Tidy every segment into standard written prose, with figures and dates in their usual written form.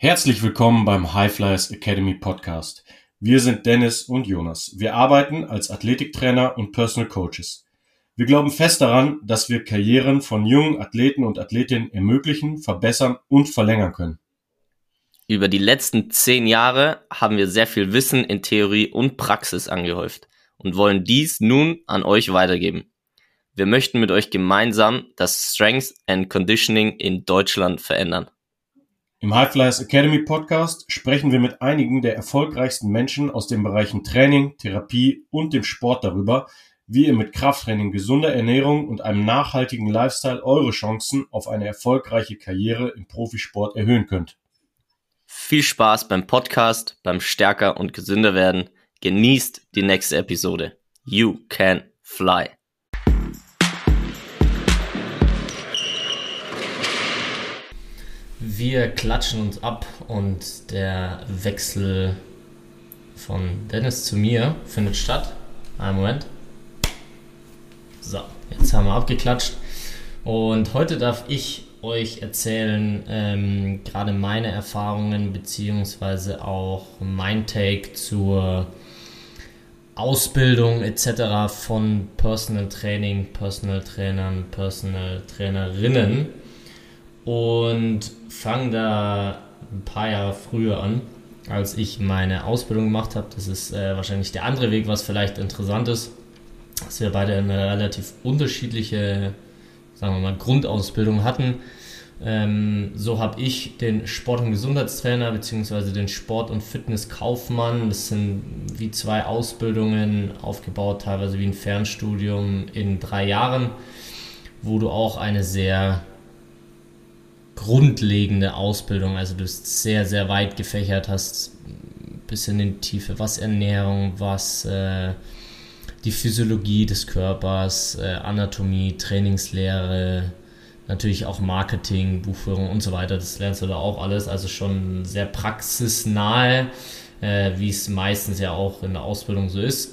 Herzlich willkommen beim High Flyers Academy Podcast. Wir sind Dennis und Jonas. Wir arbeiten als Athletiktrainer und Personal Coaches. Wir glauben fest daran, dass wir Karrieren von jungen Athleten und Athletinnen ermöglichen, verbessern und verlängern können. Über die letzten 10 Jahre haben wir sehr viel Wissen in Theorie und Praxis angehäuft und wollen dies nun an euch weitergeben. Wir möchten mit euch gemeinsam das Strength and Conditioning in Deutschland verändern. Im High Flyers Academy Podcast sprechen wir mit einigen der erfolgreichsten Menschen aus den Bereichen Training, Therapie und dem Sport darüber, wie ihr mit Krafttraining, gesunder Ernährung und einem nachhaltigen Lifestyle eure Chancen auf eine erfolgreiche Karriere im Profisport erhöhen könnt. Viel Spaß beim Podcast, beim Stärker und Gesünder werden. Genießt die nächste Episode. You can fly. Wir klatschen uns ab und der Wechsel von Dennis zu mir findet statt. Einen Moment. So, jetzt haben wir abgeklatscht. Und heute darf ich euch erzählen, gerade meine Erfahrungen beziehungsweise auch mein Take zur Ausbildung etc. von Personal Training, Personal Trainern, Personal Trainerinnen und fange da ein paar Jahre früher an, als ich meine Ausbildung gemacht habe. Das ist wahrscheinlich der andere Weg, was vielleicht interessant ist, dass wir beide eine relativ unterschiedliche, sagen wir mal, Grundausbildung hatten. So habe ich den Sport- und Gesundheitstrainer bzw. den Sport- und Fitnesskaufmann. Das sind wie 2 Ausbildungen aufgebaut, teilweise wie ein Fernstudium in 3 Jahren, wo du auch eine sehr grundlegende Ausbildung, also du bist sehr, sehr weit gefächert, hast ein bisschen in die Tiefe, was Ernährung, was die Physiologie des Körpers, Anatomie, Trainingslehre, natürlich auch Marketing, Buchführung und so weiter, das lernst du da auch alles, also schon sehr praxisnahe, wie es meistens ja auch in der Ausbildung so ist.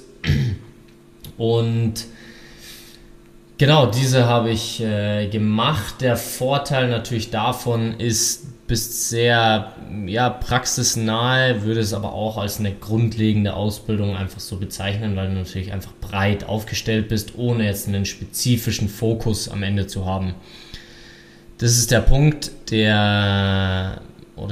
Und genau, diese habe ich gemacht. Der Vorteil natürlich davon ist, bist sehr praxisnahe, würde es aber auch als eine grundlegende Ausbildung einfach so bezeichnen, weil du natürlich einfach breit aufgestellt bist, ohne jetzt einen spezifischen Fokus am Ende zu haben. Das ist der Punkt, der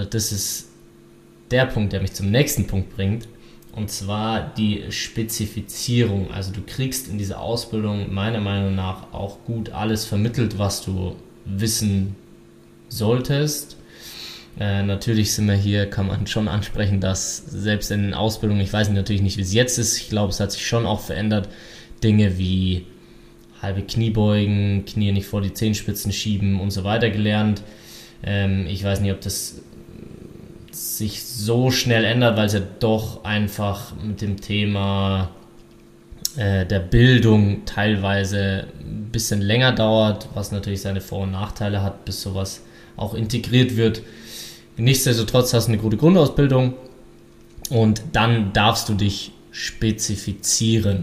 mich zum nächsten Punkt bringt. Und zwar die Spezifizierung. Also du kriegst in dieser Ausbildung meiner Meinung nach auch gut alles vermittelt, was du wissen solltest. Natürlich sind wir hier, kann man schon ansprechen, dass selbst in den Ausbildungen, ich weiß natürlich nicht, wie es jetzt ist, ich glaube, es hat sich schon auch verändert, Dinge wie halbe Kniebeugen, Knie nicht vor die Zehenspitzen schieben und so weiter gelernt. Ich weiß nicht, ob das sich so schnell ändert, weil es ja doch einfach mit dem Thema der Bildung teilweise ein bisschen länger dauert, was natürlich seine Vor- und Nachteile hat, bis sowas auch integriert wird. Nichtsdestotrotz hast du eine gute Grundausbildung und dann darfst du dich spezifizieren.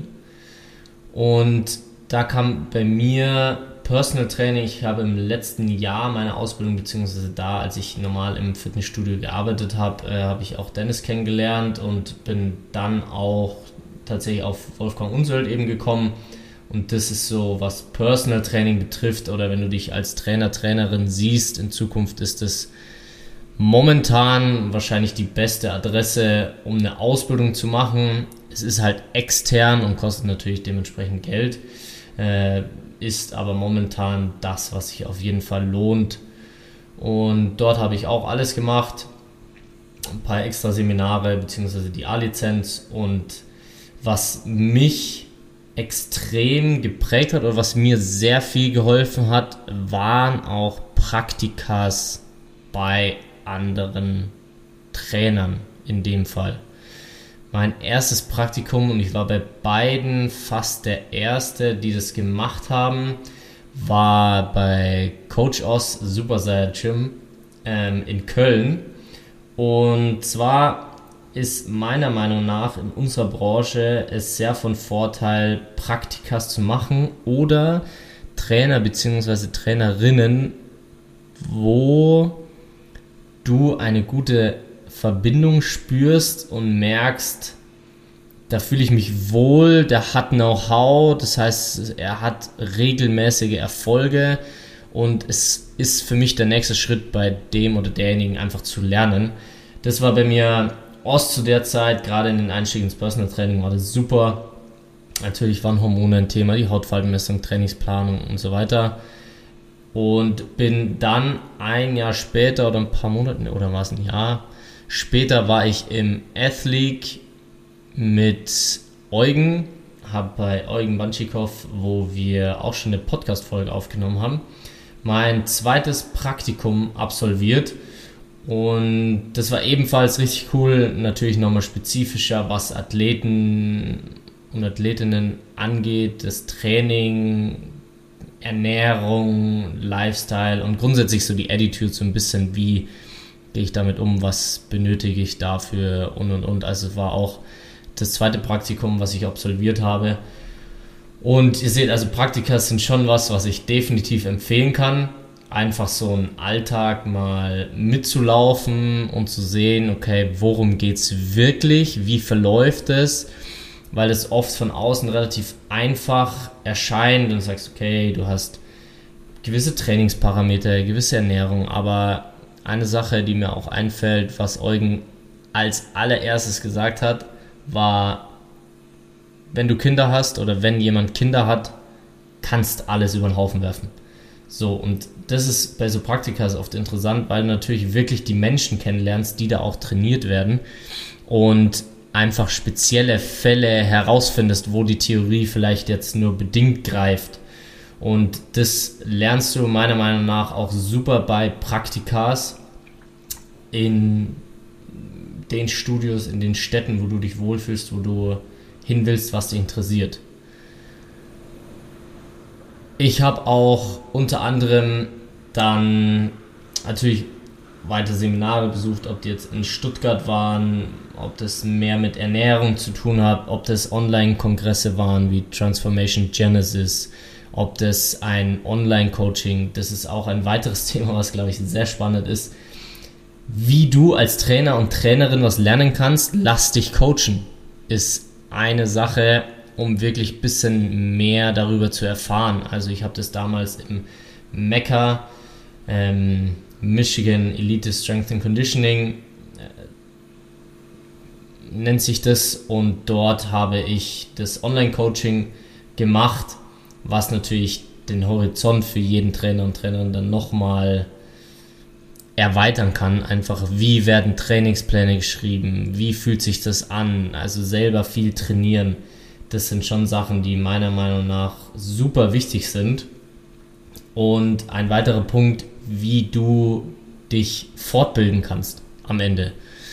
Und da kam bei mir Personal Training. Ich habe im letzten Jahr meine Ausbildung, beziehungsweise da, als ich normal im Fitnessstudio gearbeitet habe, habe ich auch Dennis kennengelernt und bin dann auch tatsächlich auf Wolfgang Unsöld eben gekommen. Und das ist so, was Personal Training betrifft, oder wenn du dich als Trainer, Trainerin siehst, in Zukunft ist das momentan wahrscheinlich die beste Adresse, um eine Ausbildung zu machen. Es ist halt extern und kostet natürlich dementsprechend Geld. Ist aber momentan das, was sich auf jeden Fall lohnt. Und dort habe ich auch alles gemacht. Ein paar extra Seminare bzw. die A-Lizenz. Und was mich extrem geprägt hat oder was mir sehr viel geholfen hat, waren auch Praktikas bei anderen Trainern in dem Fall. Mein erstes Praktikum, und ich war bei beiden fast der Erste, die das gemacht haben, war bei Coach Oz Super Saiyan Gym in Köln. Und zwar ist meiner Meinung nach in unserer Branche es sehr von Vorteil, Praktikas zu machen oder Trainer bzw. Trainerinnen, wo du eine gute Verbindung spürst und merkst, da fühle ich mich wohl, der hat Know-how, das heißt, er hat regelmäßige Erfolge und es ist für mich der nächste Schritt bei dem oder derjenigen einfach zu lernen. Das war bei mir zu der Zeit, gerade in den Einstieg ins Personal Training, war das super. Natürlich waren Hormone ein Thema, die Hautfaltenmessung, Trainingsplanung und so weiter. Und bin dann ein Jahr später oder ein paar Monate, oder war es ein Jahr später, war ich im Athletic mit Eugen, habe bei Eugen Banschikow, wo wir auch schon eine Podcast-Folge aufgenommen haben, mein zweites Praktikum absolviert. Und das war ebenfalls richtig cool, natürlich nochmal spezifischer, was Athleten und Athletinnen angeht, das Training, Ernährung, Lifestyle und grundsätzlich so die Attitude, so ein bisschen, wie gehe ich damit um, was benötige ich dafür und. Also es war auch das zweite Praktikum, was ich absolviert habe. Und ihr seht, also Praktika sind schon was ich definitiv empfehlen kann. Einfach so einen Alltag mal mitzulaufen und zu sehen, okay, worum geht es wirklich, wie verläuft es, weil es oft von außen relativ einfach erscheint und du sagst, okay, du hast gewisse Trainingsparameter, gewisse Ernährung, aber eine Sache, die mir auch einfällt, was Eugen als allererstes gesagt hat, war, wenn du Kinder hast oder wenn jemand Kinder hat, kannst alles über den Haufen werfen. So, und das ist bei so Praktika oft interessant, weil du natürlich wirklich die Menschen kennenlernst, die da auch trainiert werden und einfach spezielle Fälle herausfindest, wo die Theorie vielleicht jetzt nur bedingt greift. Und das lernst du meiner Meinung nach auch super bei Praktikas in den Studios, in den Städten, wo du dich wohlfühlst, wo du hin willst, was dich interessiert. Ich habe auch unter anderem dann natürlich weitere Seminare besucht, ob die jetzt in Stuttgart waren, ob das mehr mit Ernährung zu tun hat, ob das Online-Kongresse waren wie Transformation Genesis, ob das ein Online-Coaching, das ist auch ein weiteres Thema, was, glaube ich, sehr spannend ist. Wie du als Trainer und Trainerin was lernen kannst, lass dich coachen, ist eine Sache, um wirklich ein bisschen mehr darüber zu erfahren. Also ich habe das damals im Mecca, Michigan Elite Strength and Conditioning, nennt sich das, und dort habe ich das Online-Coaching gemacht, was natürlich den Horizont für jeden Trainer und Trainerin dann nochmal erweitern kann. Einfach, wie werden Trainingspläne geschrieben, wie fühlt sich das an, also selber viel trainieren. Das sind schon Sachen, die meiner Meinung nach super wichtig sind. Und ein weiterer Punkt, wie du dich fortbilden kannst am Ende.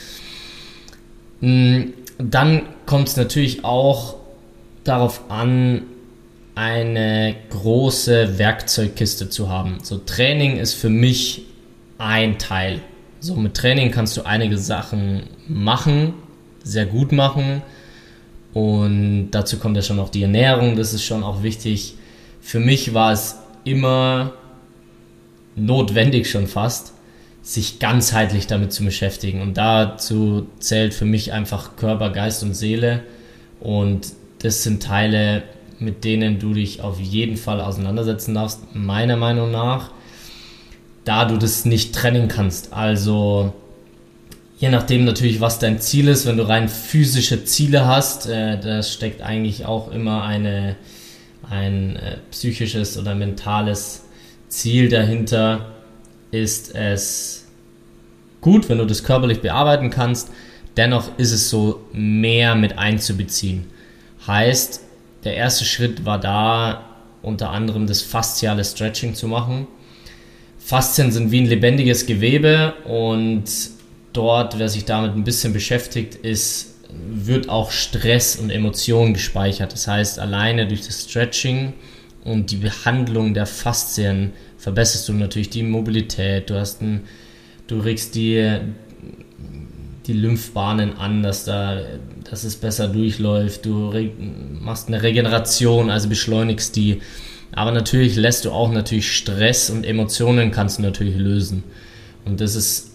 Dann kommt es natürlich auch darauf an, eine große Werkzeugkiste zu haben. So, Training ist für mich ein Teil. So, mit Training kannst du einige Sachen machen, sehr gut machen. Und dazu kommt ja schon auch die Ernährung, das ist schon auch wichtig. Für mich war es immer notwendig schon fast, sich ganzheitlich damit zu beschäftigen. Und dazu zählt für mich einfach Körper, Geist und Seele. Und das sind Teile, mit denen du dich auf jeden Fall auseinandersetzen darfst, meiner Meinung nach, da du das nicht trennen kannst. Also je nachdem natürlich, was dein Ziel ist, wenn du rein physische Ziele hast, da steckt eigentlich auch immer ein psychisches oder mentales Ziel dahinter, ist es gut, wenn du das körperlich bearbeiten kannst. Dennoch ist es so, mehr mit einzubeziehen. Heißt, der erste Schritt war da, unter anderem das fasziale Stretching zu machen. Faszien sind wie ein lebendiges Gewebe und dort, wer sich damit ein bisschen beschäftigt, wird auch Stress und Emotionen gespeichert. Das heißt, alleine durch das Stretching und die Behandlung der Faszien verbesserst du natürlich die Mobilität. Du regst die Lymphbahnen an, dass es besser durchläuft. Du machst eine Regeneration, also beschleunigst die. Aber natürlich lässt du auch Stress und Emotionen kannst du natürlich lösen. Und das ist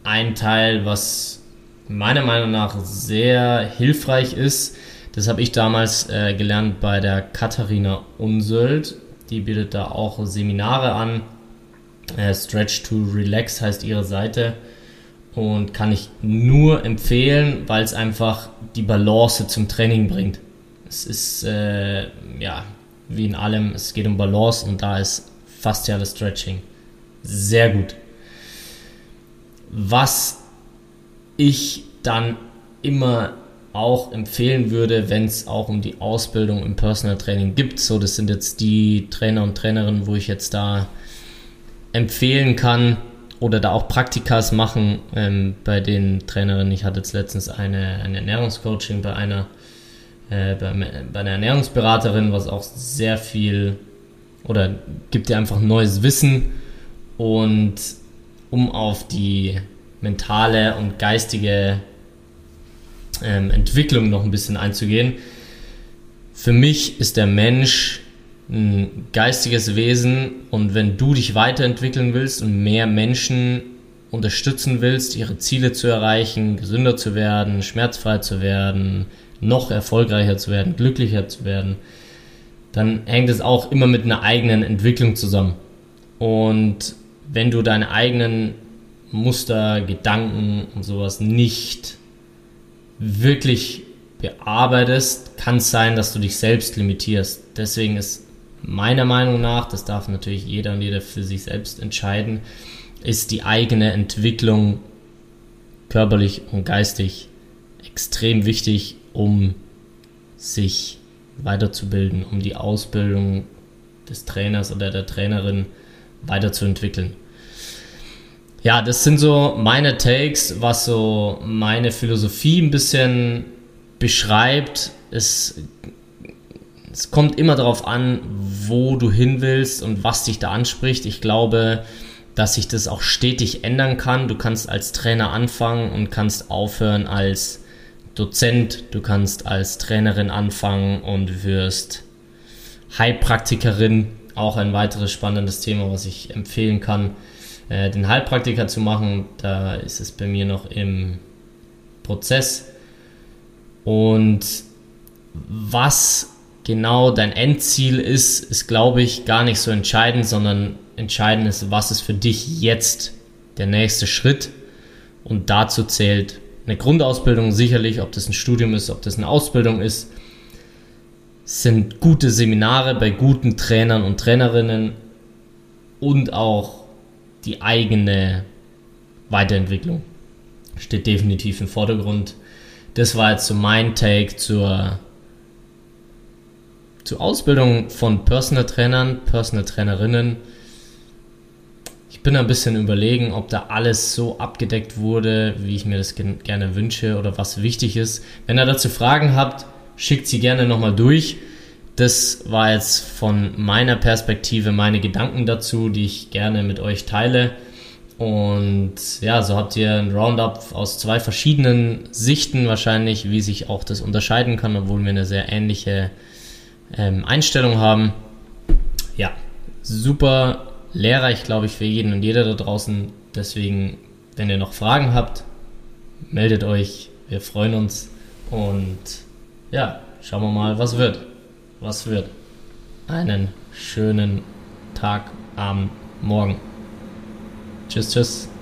ein Teil, was meiner Meinung nach sehr hilfreich ist. Das habe ich damals gelernt bei der Katharina Unsöld. Die bietet da auch Seminare an. Stretch to Relax heißt ihre Seite. Und kann ich nur empfehlen, weil es einfach die Balance zum Training bringt. Es ist, wie in allem, es geht um Balance und da ist fasziales Stretching sehr gut. Was ich dann immer auch empfehlen würde, wenn es auch um die Ausbildung im Personal Training gibt, so das sind jetzt die Trainer und Trainerinnen, wo ich jetzt da empfehlen kann oder da auch Praktikas machen bei den Trainerinnen. Ich hatte jetzt letztens eine Ernährungscoaching bei einer Ernährungsberaterin, was auch sehr viel oder gibt dir einfach neues Wissen, und um auf die mentale und geistige Entwicklung noch ein bisschen einzugehen. Für mich ist der Mensch ein geistiges Wesen, und wenn du dich weiterentwickeln willst und mehr Menschen unterstützen willst, ihre Ziele zu erreichen, gesünder zu werden, schmerzfrei zu werden, noch erfolgreicher zu werden, glücklicher zu werden, dann hängt es auch immer mit einer eigenen Entwicklung zusammen. Und wenn du deine eigenen Muster, Gedanken und sowas nicht wirklich bearbeitest, kann es sein, dass du dich selbst limitierst. Deswegen ist meiner Meinung nach, das darf natürlich jeder und jeder für sich selbst entscheiden, ist die eigene Entwicklung körperlich und geistig extrem wichtig, um sich weiterzubilden, um die Ausbildung des Trainers oder der Trainerin weiterzuentwickeln. Ja, das sind so meine Takes, was so meine Philosophie ein bisschen beschreibt. Es kommt immer darauf an, wo du hin willst und was dich da anspricht. Ich glaube, dass sich das auch stetig ändern kann. Du kannst als Trainer anfangen und kannst aufhören als Dozent. Du kannst als Trainerin anfangen und wirst Heilpraktikerin. Auch ein weiteres spannendes Thema, was ich empfehlen kann, den Heilpraktiker zu machen. Da ist es bei mir noch im Prozess. Und was genau dein Endziel ist, glaube ich, gar nicht so entscheidend, sondern entscheidend ist, was ist für dich jetzt der nächste Schritt. Und dazu zählt eine Grundausbildung sicherlich, ob das ein Studium ist, ob das eine Ausbildung ist. Es sind gute Seminare bei guten Trainern und Trainerinnen und auch die eigene Weiterentwicklung steht definitiv im Vordergrund. Das war jetzt so mein Take zur Ausbildung von Personal Trainern, Personal Trainerinnen. Ich bin ein bisschen überlegen, ob da alles so abgedeckt wurde, wie ich mir das gerne wünsche oder was wichtig ist. Wenn ihr dazu Fragen habt, schickt sie gerne nochmal durch. Das war jetzt von meiner Perspektive meine Gedanken dazu, die ich gerne mit euch teile. Und ja, so habt ihr ein Roundup aus 2 verschiedenen Sichten wahrscheinlich, wie sich auch das unterscheiden kann, obwohl wir eine sehr ähnliche Einstellung haben. Ja, super lehrreich, glaube ich, für jeden und jeder da draußen. Deswegen, wenn ihr noch Fragen habt, meldet euch. Wir freuen uns. Und ja, schauen wir mal, was wird. Was wird. Einen schönen Tag, Abend, Morgen. Tschüss, tschüss.